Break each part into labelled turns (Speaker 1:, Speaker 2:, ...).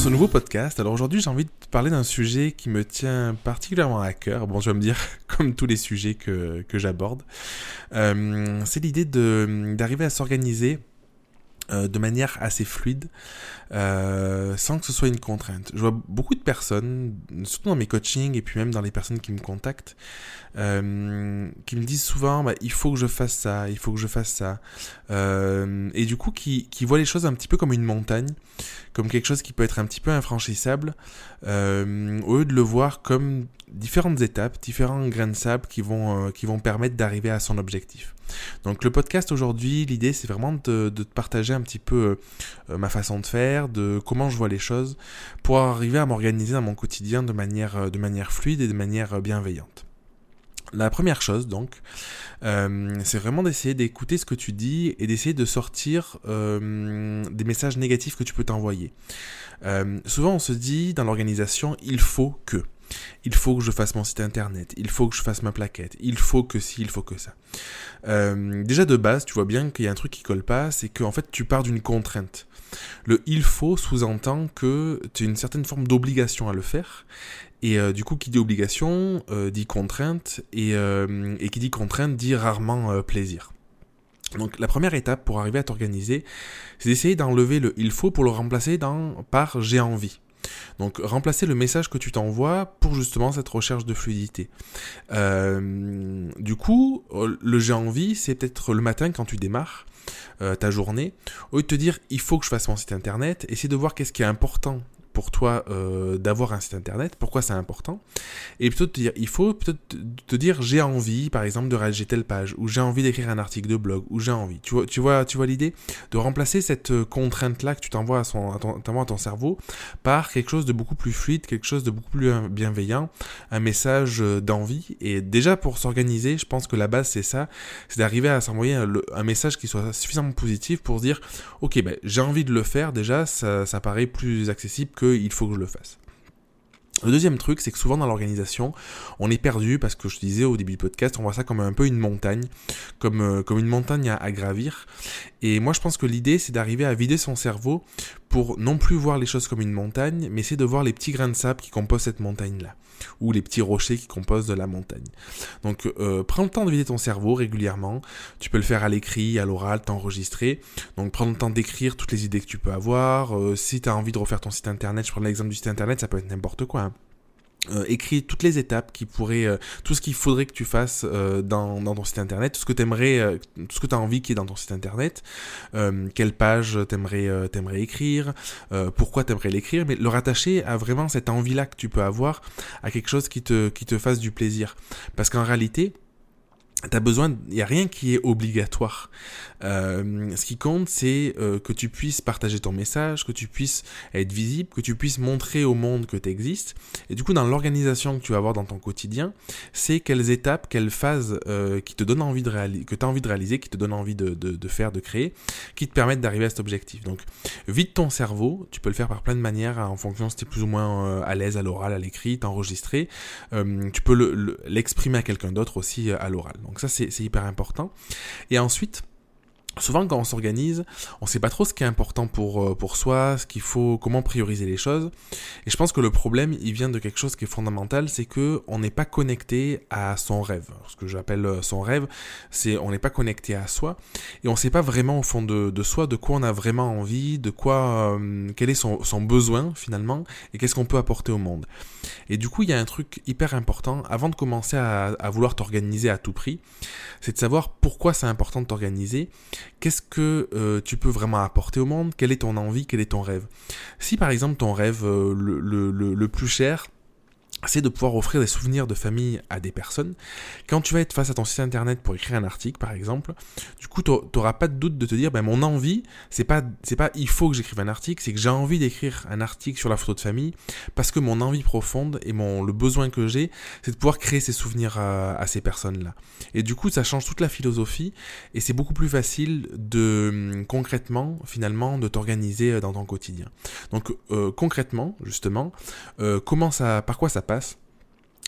Speaker 1: ce nouveau podcast. Alors aujourd'hui, j'ai envie de te parler d'un sujet qui me tient particulièrement à cœur. Bon, tu vas me dire, comme tous les sujets que j'aborde. C'est l'idée d'arriver à s'organiser de manière assez fluide, sans que ce soit une contrainte. Je vois beaucoup de personnes, surtout dans mes coachings et puis même dans les personnes qui me contactent, qui me disent souvent il faut que je fasse ça, il faut que je fasse ça, et du coup qui voient les choses un petit peu comme une montagne, comme quelque chose qui peut être un petit peu infranchissable, au lieu de le voir comme différentes étapes, différents grains de sable qui vont permettre d'arriver à son objectif. Donc le podcast aujourd'hui, l'idée c'est vraiment de te partager un petit peu ma façon de faire, de comment je vois les choses, pour arriver à m'organiser dans mon quotidien de manière fluide et de manière bienveillante. La première chose donc, c'est vraiment d'essayer d'écouter ce que tu dis et d'essayer de sortir des messages négatifs que tu peux t'envoyer. Souvent on se dit dans l'organisation, il faut que je fasse mon site internet, il faut que je fasse ma plaquette, il faut que ci, il faut que ça. Déjà de base, tu vois bien qu'il y a un truc qui colle pas, c'est qu'en fait tu pars d'une contrainte. Le il faut sous-entend que tu as une certaine forme d'obligation à le faire. Et du coup, qui dit obligation, dit contrainte, et qui dit contrainte dit rarement plaisir. Donc la première étape pour arriver à t'organiser, c'est d'essayer d'enlever le il faut pour le remplacer par j'ai envie. Donc remplacer le message que tu t'envoies pour justement cette recherche de fluidité. Du coup, le j'ai envie, c'est peut-être le matin quand tu démarres ta journée, au lieu de te dire il faut que je fasse mon site internet, essaie de voir qu'est-ce qui est important pour toi d'avoir un site internet, pourquoi c'est important, et plutôt te dire, il faut peut-être te dire j'ai envie par exemple de rédiger telle page, ou j'ai envie d'écrire un article de blog, ou j'ai envie, tu vois l'idée de remplacer cette contrainte-là que tu t'envoies à ton cerveau par quelque chose de beaucoup plus fluide, quelque chose de beaucoup plus bienveillant, un message d'envie. Et déjà pour s'organiser, je pense que la base c'est ça, c'est d'arriver à s'envoyer un message qui soit suffisamment positif pour dire ok, j'ai envie de le faire, déjà ça paraît plus accessible que il faut que je le fasse. Le deuxième truc, c'est que souvent dans l'organisation, on est perdu parce que je te disais au début du podcast, on voit ça comme un peu une montagne, comme une montagne à gravir. Et moi, je pense que l'idée, c'est d'arriver à vider son cerveau pour non plus voir les choses comme une montagne, mais c'est de voir les petits grains de sable qui composent cette montagne-là, ou les petits rochers qui composent de la montagne. Donc, prends le temps de vider ton cerveau régulièrement. Tu peux le faire à l'écrit, à l'oral, t'enregistrer. Donc, prends le temps d'écrire toutes les idées que tu peux avoir. Si tu as envie de refaire ton site internet, je prends l'exemple du site internet, ça peut être n'importe quoi, hein. Écris toutes les étapes qui pourraient, tout ce qu'il faudrait que tu fasses dans ton site internet, tout ce que t'aimerais, tout ce que t'as envie qu'il y ait dans ton site internet, quelle page t'aimerais écrire, pourquoi t'aimerais l'écrire, mais le rattacher à vraiment cette envie-là que tu peux avoir, à quelque chose qui te fasse du plaisir. Parce qu'en réalité, il n'y a rien qui est obligatoire. Ce qui compte, c'est que tu puisses partager ton message, que tu puisses être visible, que tu puisses montrer au monde que tu existes. Et du coup, dans l'organisation que tu vas avoir dans ton quotidien, c'est quelles étapes, quelles phases qui te donnent envie de réaliser, que tu as envie de réaliser, qui te donnent envie de faire, de créer, qui te permettent d'arriver à cet objectif. Donc, vide ton cerveau, tu peux le faire par plein de manières, en fonction si tu es plus ou moins à l'aise à l'oral, à l'écrit, t'enregistrer. Tu peux l'exprimer à quelqu'un d'autre aussi à l'oral. Donc ça, c'est hyper important. Et ensuite, souvent quand on s'organise, on sait pas trop ce qui est important pour soi, ce qu'il faut, comment prioriser les choses. Et je pense que le problème, il vient de quelque chose qui est fondamental, c'est que on n'est pas connecté à son rêve. Ce que j'appelle son rêve, c'est on n'est pas connecté à soi et on sait pas vraiment au fond de soi de quoi on a vraiment envie, de quoi, quel est son besoin finalement et qu'est-ce qu'on peut apporter au monde. Et du coup, il y a un truc hyper important avant de commencer à vouloir t'organiser à tout prix, c'est de savoir pourquoi c'est important de t'organiser. Qu'est-ce que tu peux vraiment apporter au monde? Quelle est ton envie? Quel est ton rêve? Si par exemple ton rêve le plus cher, c'est de pouvoir offrir des souvenirs de famille à des personnes. Quand tu vas être face à ton site internet pour écrire un article, par exemple, du coup, tu n'auras pas de doute de te dire, mon envie, c'est pas il faut que j'écrive un article, c'est que j'ai envie d'écrire un article sur la photo de famille, parce que mon envie profonde et le besoin que j'ai, c'est de pouvoir créer ces souvenirs à ces personnes-là. Et du coup, ça change toute la philosophie, et c'est beaucoup plus facile concrètement, finalement, de t'organiser dans ton quotidien. Donc, concrètement, justement, par quoi ça passe?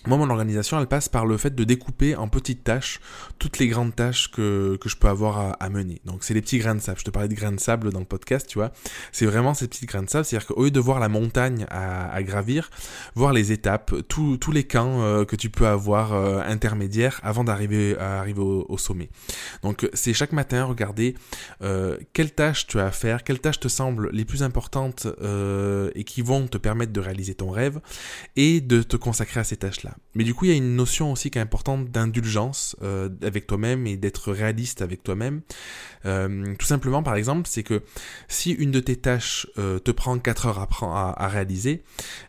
Speaker 1: Moi, mon organisation, elle passe par le fait de découper en petites tâches toutes les grandes tâches que je peux avoir à mener. Donc, c'est les petits grains de sable. Je te parlais de grains de sable dans le podcast, tu vois. C'est vraiment ces petits grains de sable. C'est-à-dire qu'au lieu de voir la montagne à gravir, voir les étapes, tous les camps que tu peux avoir intermédiaires avant d'arriver au sommet. Donc, c'est chaque matin regarder quelles tâches tu as à faire, quelles tâches te semblent les plus importantes et qui vont te permettre de réaliser ton rêve et de te consacrer à ces tâches-là. Mais du coup, il y a une notion aussi qui est importante d'indulgence avec toi-même et d'être réaliste avec toi-même. Tout simplement, par exemple, c'est que si une de tes tâches te prend 4 heures à réaliser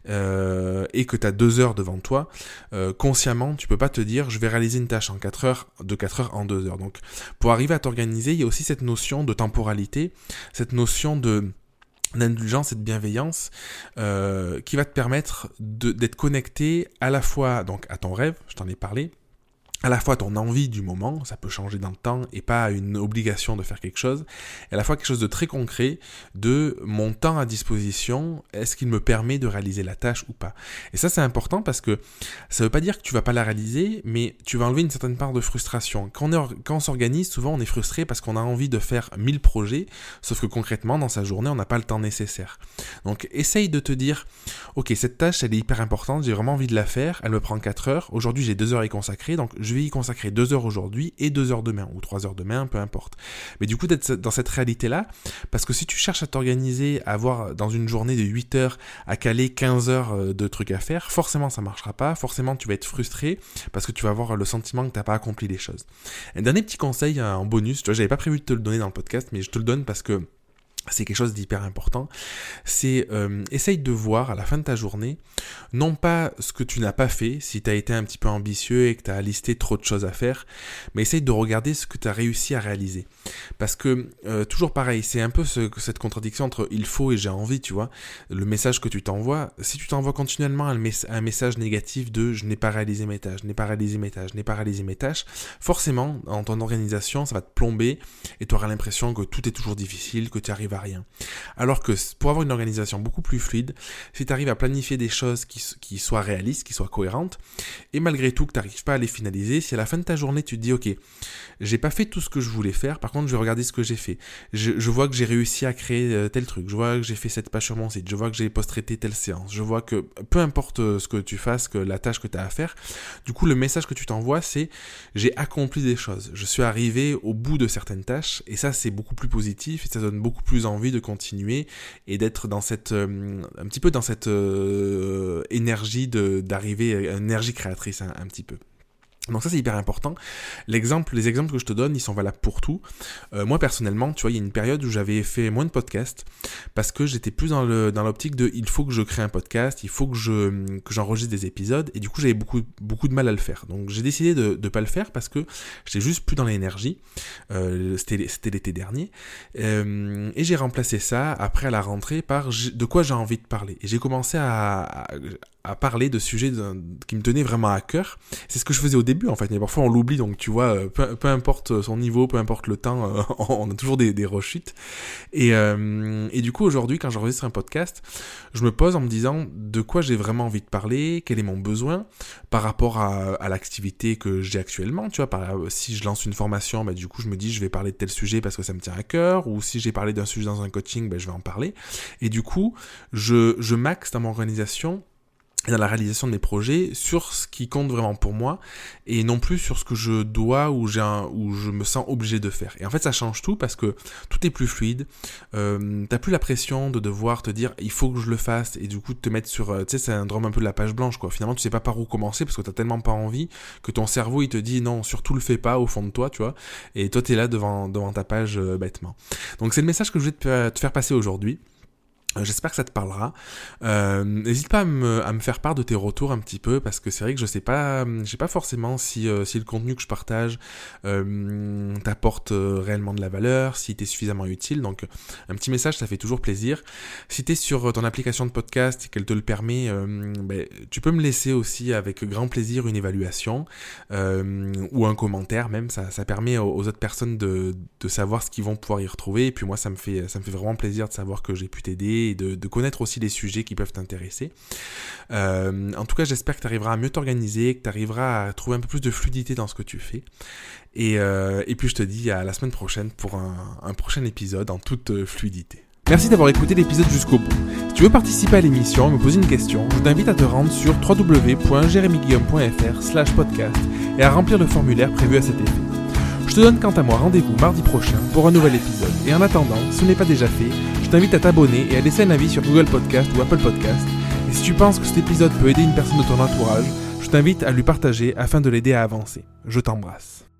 Speaker 1: et que tu as 2 heures devant toi, consciemment, tu peux pas te dire je vais réaliser une tâche en 4 heures, de 4 heures en 2 heures. Donc, pour arriver à t'organiser, il y a aussi cette notion de temporalité, cette notion d'indulgence et de bienveillance qui va te permettre d'être connecté à la fois donc à ton rêve, je t'en ai parlé, à la fois ton envie du moment, ça peut changer dans le temps et pas une obligation de faire quelque chose, et à la fois quelque chose de très concret de mon temps à disposition, est-ce qu'il me permet de réaliser la tâche ou pas. Et ça c'est important parce que ça veut pas dire que tu vas pas la réaliser, mais tu vas enlever une certaine part de frustration. Quand on s'organise, souvent on est frustré parce qu'on a envie de faire 1000 projets, sauf que concrètement dans sa journée on n'a pas le temps nécessaire. Donc essaye de te dire, ok cette tâche elle est hyper importante, j'ai vraiment envie de la faire, elle me prend 4 heures, aujourd'hui j'ai 2 heures à y consacrer, donc je vais y consacrer 2 heures aujourd'hui et 2 heures demain, ou 3 heures demain, peu importe. Mais du coup, d'être dans cette réalité-là, parce que si tu cherches à t'organiser, à avoir dans une journée de 8 heures, à caler 15 heures de trucs à faire, forcément ça marchera pas, forcément tu vas être frustré, parce que tu vas avoir le sentiment que t'as pas accompli les choses. Un dernier petit conseil en bonus, tu vois, j'avais pas prévu de te le donner dans le podcast, mais je te le donne parce que c'est quelque chose d'hyper important, c'est essaye de voir à la fin de ta journée, non pas ce que tu n'as pas fait, si tu as été un petit peu ambitieux et que tu as listé trop de choses à faire, mais essaye de regarder ce que tu as réussi à réaliser. Parce que, toujours pareil, c'est un peu cette contradiction entre il faut et j'ai envie, tu vois, le message que tu t'envoies, si tu t'envoies continuellement un message négatif de je n'ai pas réalisé mes tâches, forcément, dans ton organisation, ça va te plomber et tu auras l'impression que tout est toujours difficile, que tu arrives à rien. Alors que pour avoir une organisation beaucoup plus fluide, si tu arrives à planifier des choses qui soient réalistes, qui soient cohérentes, et malgré tout que tu n'arrives pas à les finaliser, si à la fin de ta journée tu te dis ok, j'ai pas fait tout ce que je voulais faire, par contre je vais regarder ce que j'ai fait, je vois que j'ai réussi à créer tel truc, je vois que j'ai fait cette page sur mon site, je vois que j'ai post-traité telle séance, je vois que peu importe ce que tu fasses, que la tâche que tu as à faire, du coup le message que tu t'envoies c'est j'ai accompli des choses, je suis arrivé au bout de certaines tâches, et ça c'est beaucoup plus positif et ça donne beaucoup plus envie de continuer et d'être dans cette un petit peu dans cette énergie d'arriver, énergie créatrice un petit peu. Donc ça c'est hyper important. Les exemples que je te donne, ils sont valables pour tout. Moi personnellement, tu vois, il y a une période où j'avais fait moins de podcasts parce que j'étais plus dans l'optique de il faut que je crée un podcast, il faut que j'enregistre des épisodes et du coup j'avais beaucoup de mal à le faire. Donc j'ai décidé de pas le faire parce que j'étais juste plus dans l'énergie. C'était l'été dernier et j'ai remplacé ça après à la rentrée par de quoi j'ai envie de parler. Et j'ai commencé à parler de sujets qui me tenaient vraiment à cœur. C'est ce que je faisais au début en fait, mais parfois on l'oublie, donc tu vois, peu importe son niveau, peu importe le temps, on a toujours des rechutes. Et du coup aujourd'hui quand j'enregistre un podcast, je me pose en me disant de quoi j'ai vraiment envie de parler, quel est mon besoin par rapport à l'activité que j'ai actuellement, tu vois, si je lance une formation, bah, du coup je me dis je vais parler de tel sujet parce que ça me tient à cœur, ou si j'ai parlé d'un sujet dans un coaching, bah, je vais en parler. Et du coup, je m'axe dans mon organisation et dans la réalisation de mes projets sur ce qui compte vraiment pour moi et non plus sur ce que je dois ou je me sens obligé de faire. Et en fait ça change tout parce que tout est plus fluide, t'as plus la pression de devoir te dire il faut que je le fasse et du coup de te mettre sur, tu sais, c'est un drame un peu de la page blanche quoi. Finalement tu sais pas par où commencer parce que t'as tellement pas envie que ton cerveau il te dit non, surtout le fais pas au fond de toi, tu vois, et toi t'es là devant ta page bêtement. Donc c'est le message que je voulais te faire passer aujourd'hui. J'espère que ça te parlera. N'hésite pas à me faire part de tes retours un petit peu parce que c'est vrai que je sais pas forcément si le contenu que je partage t'apporte réellement de la valeur, si t'es suffisamment utile. Donc un petit message, ça fait toujours plaisir. Si t'es sur ton application de podcast et qu'elle te le permet, tu peux me laisser aussi avec grand plaisir une évaluation ou un commentaire même. Ça permet aux autres personnes de savoir ce qu'ils vont pouvoir y retrouver. Et puis moi, ça me fait vraiment plaisir de savoir que j'ai pu t'aider et de connaître aussi les sujets qui peuvent t'intéresser. En tout cas, j'espère que tu arriveras à mieux t'organiser, que tu arriveras à trouver un peu plus de fluidité dans ce que tu fais. Et puis je te dis à la semaine prochaine pour un prochain épisode en toute fluidité. Merci d'avoir écouté l'épisode jusqu'au bout. Si tu veux participer à l'émission et me poser une question, je t'invite à te rendre sur www.jeremyguillaume.fr/podcast et à remplir le formulaire prévu à cet effet. Je te donne quant à moi rendez-vous mardi prochain pour un nouvel épisode. Et en attendant, si ce n'est pas déjà fait, je t'invite à t'abonner et à laisser un avis sur Google Podcast ou Apple Podcast. Et si tu penses que cet épisode peut aider une personne de ton entourage, je t'invite à lui partager afin de l'aider à avancer. Je t'embrasse.